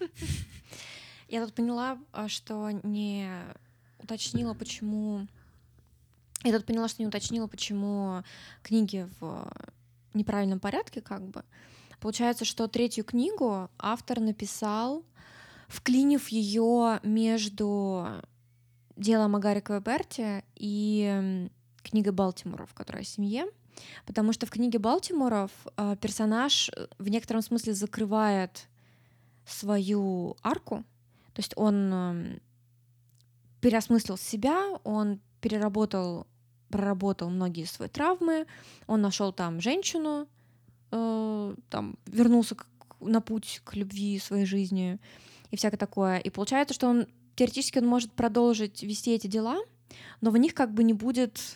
Я тут поняла, а, что не уточнила, почему... Я тут поняла, что не уточнила, почему книги в неправильном порядке, как бы. Получается, что третью книгу автор написал, вклинив ее между делом о Гарри Квеберте и м, книгой Балтиморов, которая о семье. Потому что в книге Балтиморов э, персонаж э, в некотором смысле закрывает свою арку. То есть он эм, переосмыслил себя, он переработал, проработал многие свои травмы, он нашел там женщину, э, там вернулся к- на путь к любви своей жизни и всякое такое. И получается, что он теоретически он может продолжить вести эти дела, но в них как бы не будет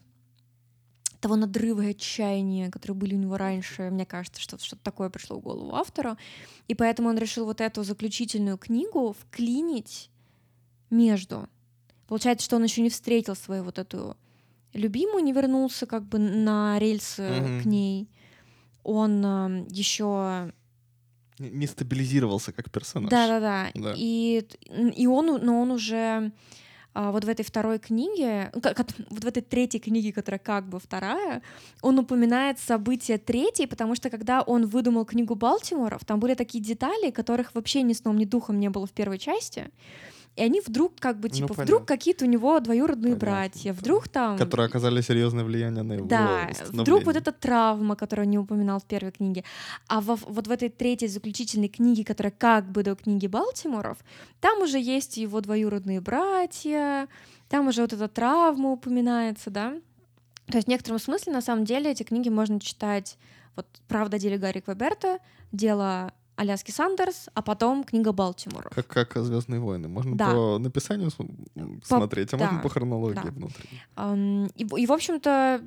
того надрыва и отчаяния, которые были у него раньше. Мне кажется, что что-то такое пришло в голову автору. И поэтому он решил вот эту заключительную книгу вклинить между. Получается, что он еще не встретил свою вот эту любимую, не вернулся как бы на рельсы к Мгм. ней. Он э, еще... Не не стабилизировался как персонаж. Да-да-да. Да. И, и он, у- но он уже а, вот в этой второй книге, ну, как- как- вот в этой третьей книге, которая как бы вторая, он упоминает события третьей, потому что когда он выдумал книгу Балтиморов, там были такие детали, которых вообще ни сном, ни духом не было в первой части. И они вдруг как бы, Ну, типа, вдруг понятно. какие-то у него двоюродные Понятно, братья, да. вдруг там... Которые оказали серьезное влияние на его Да, вдруг становление. вот эта травма, которую он не упоминал в первой книге. А во- вот в этой третьей заключительной книге, которая как бы до книги Балтиморов, там уже есть его двоюродные братья, там уже вот эта травма упоминается, да. То есть в некотором смысле, на самом деле, эти книги можно читать вот «Правда о деле Гарри Квеберта», «Дело Аляски Сандерс», а потом книга Балтиморов. Как, как «Звездные войны». Можно Да. по написанию с- м, По- смотреть, а можно да, по хронологии да. внутри. Ам, И, в- и, в общем-то,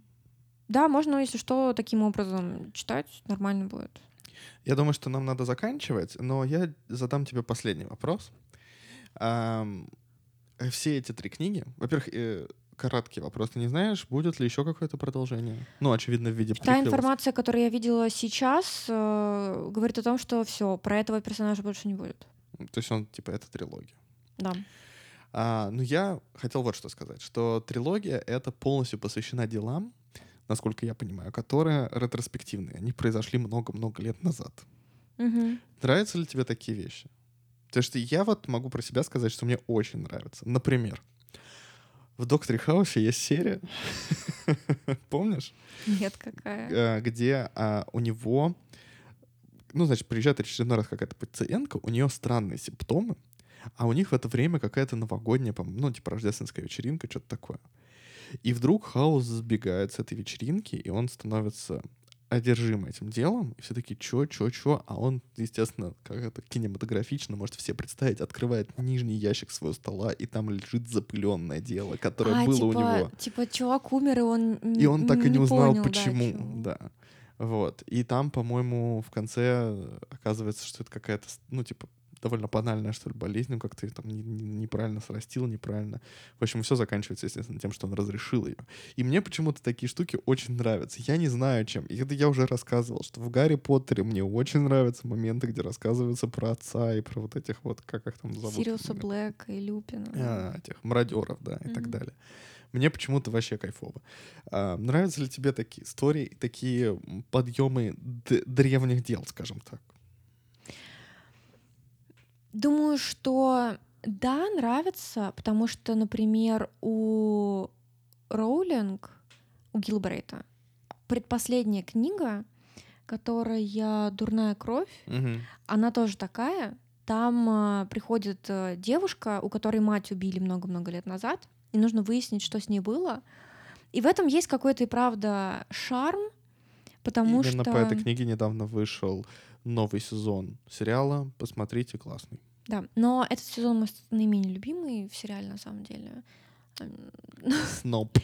да, можно, если что, таким образом читать, нормально будет. Я думаю, что нам надо заканчивать, но я задам тебе последний вопрос. Ам, э, все эти три книги, во-первых, э, короткий вопрос. Ты не знаешь, будет ли еще какое-то продолжение? Ну, очевидно, в виде Та приквела. информация, которую я видела сейчас, э, говорит о том, что все, про этого персонажа больше не будет. То есть он, типа, это трилогия. Да. А, ну, я хотел вот что сказать, что трилогия — это полностью посвящена делам, насколько я понимаю, которые ретроспективные. Они произошли много-много лет назад. Мгм. Нравятся ли тебе такие вещи? Потому что я вот могу про себя сказать, что мне очень нравится. Например, в «Докторе Хаусе» есть серия, помнишь, Нет, какая. Э, где а, у него, ну, значит, приезжает очередной раз какая-то пациентка, у нее странные симптомы, а у них в это время какая-то новогодняя, по-моему, ну, типа рождественская вечеринка, что-то такое. И вдруг Хаус сбегает с этой вечеринки, и он становится одержим этим делом. И все такие, чё, чё, чё? А он, естественно, как это кинематографично, можете все представить, открывает нижний ящик своего стола, и там лежит запыленное дело, которое А, было типа, у него. типа, чувак умер, и он И он так и не, не узнал, понял, почему. да, чё. Да. Вот. И там, по-моему, в конце оказывается, что это какая-то, ну, типа, довольно банальная, что ли, болезнь, как-то ее там не- не- неправильно срастил, неправильно. В общем, все заканчивается, естественно, тем, что он разрешил ее. И мне почему-то такие штуки очень нравятся. Я не знаю, чем. И это я уже рассказывал, что в Гарри Поттере мне очень нравятся моменты, где рассказывается про отца и про вот этих вот, как их там зовут? Сириуса Блэка и Люпина. А, этих мародеров, да, и так Мгм. далее. Мне почему-то вообще кайфово. А, нравятся ли тебе такие истории, такие м, подъемы д- древних дел, скажем так? Думаю, что да, нравится, потому что, например, у Роулинг, у Гилбрейта, предпоследняя книга, которая «Дурная кровь», Мгм. она тоже такая. Там а, приходит а, девушка, у которой мать убили много-много лет назад, и нужно выяснить, что с ней было. И в этом есть какой-то и правда шарм, потому Именно по этой что... книге недавно вышел новый сезон сериала. Посмотрите, классный. Да, но этот сезон мой с- наименее любимый в сериале, на самом деле. Эм, Сноб.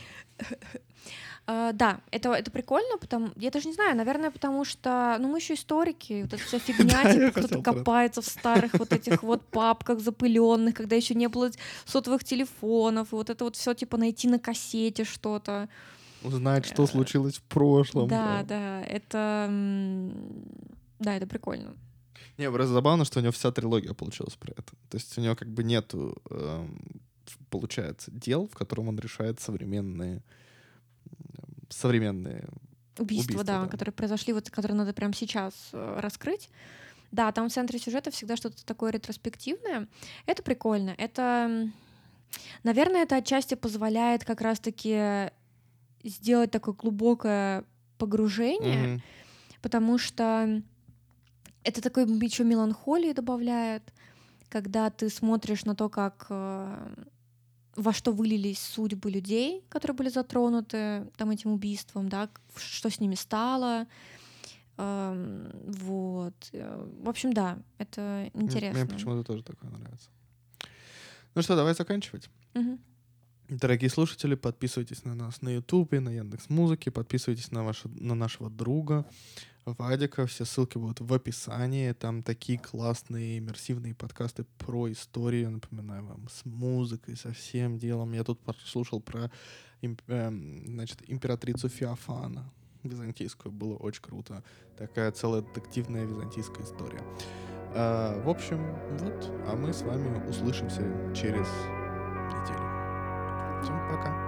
а, Да, это, это прикольно, потому... Я даже не знаю, наверное, потому что, ну, мы еще историки, вот эта вся фигня, Да, я типа, кто-то хотел про это. копается в старых вот этих вот папках запыленных, когда еще не было сотовых телефонов, и вот это вот все типа найти на кассете что-то. Узнать, что Э, случилось в прошлом, Да, да. да, это... м, Да, это прикольно. Не, просто забавно, что у него вся трилогия получилась про это. То есть у него как бы нету, эм, получается, дел, в котором он решает современные, м, современные Убийства, убийства, да, да. которые произошли, вот которые надо прямо сейчас э, раскрыть. Да, там в центре сюжета всегда что-то такое ретроспективное. Это прикольно. Это, м, наверное, это отчасти позволяет как раз-таки сделать такое глубокое погружение, Мгм. потому что это такой еще меланхолии добавляет, когда ты смотришь на то, как э, во что вылились судьбы людей, которые были затронуты там этим убийством, да, к- что с ними стало. Эм, Вот. Э, В общем, да, это Мне, мне интересно. почему-то тоже такое нравится. Ну что, давай заканчивать. Мгм. Дорогие слушатели, подписывайтесь на нас на Ютубе, на Яндекс.Музыке, подписывайтесь на, ваше, на нашего друга Вадика. Все ссылки будут в описании. Там такие классные иммерсивные подкасты про историю, напоминаю вам, с музыкой, со всем делом. Я тут послушал про имп- эм, значит, императрицу Феофана византийскую. Было очень круто. Такая целая детективная византийская история. А, в общем, вот. А мы с вами услышимся через неделю. Всем пока.